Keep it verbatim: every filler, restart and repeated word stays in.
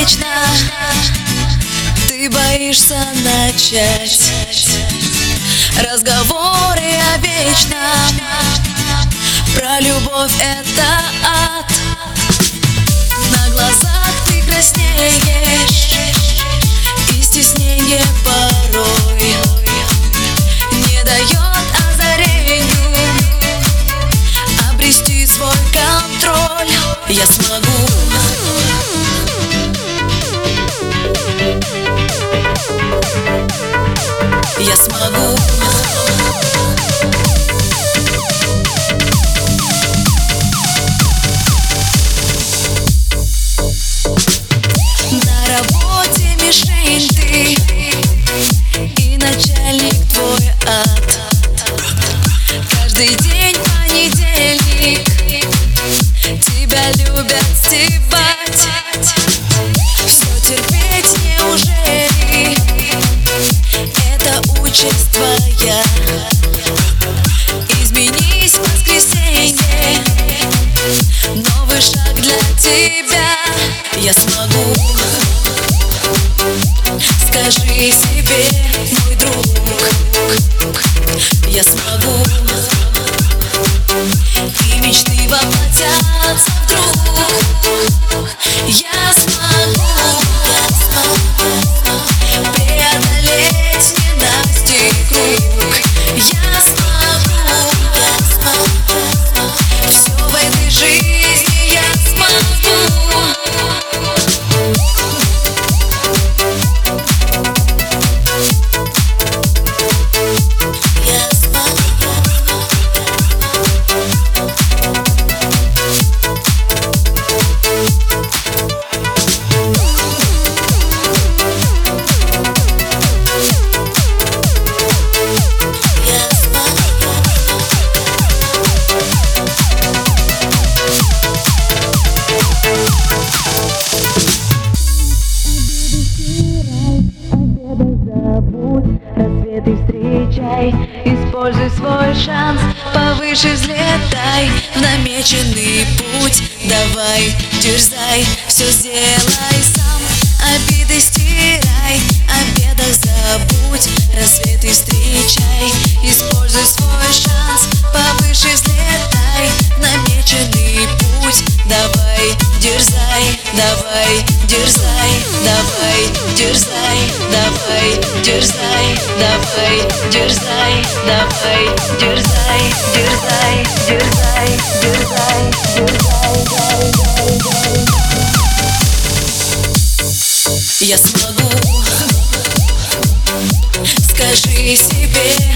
вечно. Ты боишься начать разговоры о вечном. Про любовь — это ад. На глазах ты краснеешь, и стеснение порой не дает озарению обрести свой контроль. Я смогу, я смогу. На работе мишень ты, и начальник твой ад. Каждый день понедельник, тебя любят стебать. Все терпеть неужели это участь твоя? Изменись в воскресенье, новый шаг для тебя. Я смогу, скажи себе, мой друг. Я смогу, и мечты воплотятся вдруг. Я смогу, я смогу преодолеть ненастий круг. Я смогу, я смогу все в этой жизни. Я смогу. Рассветы встречай, используй свой шанс, повыше взлетай в намеченный путь. Давай, дерзай, все сделай сам, обиды стирай, о бедах забудь. Рассветы встречай, используй свой шанс, повыше взлетай в намеченный путь. Давай, дерзай, давай, дерзай, давай, дерзай, давай, дерзай, давай, дерзай, давай, дерзай, дерзай, дерзай, дерзай, дерзай. Я смогу, скажи себе.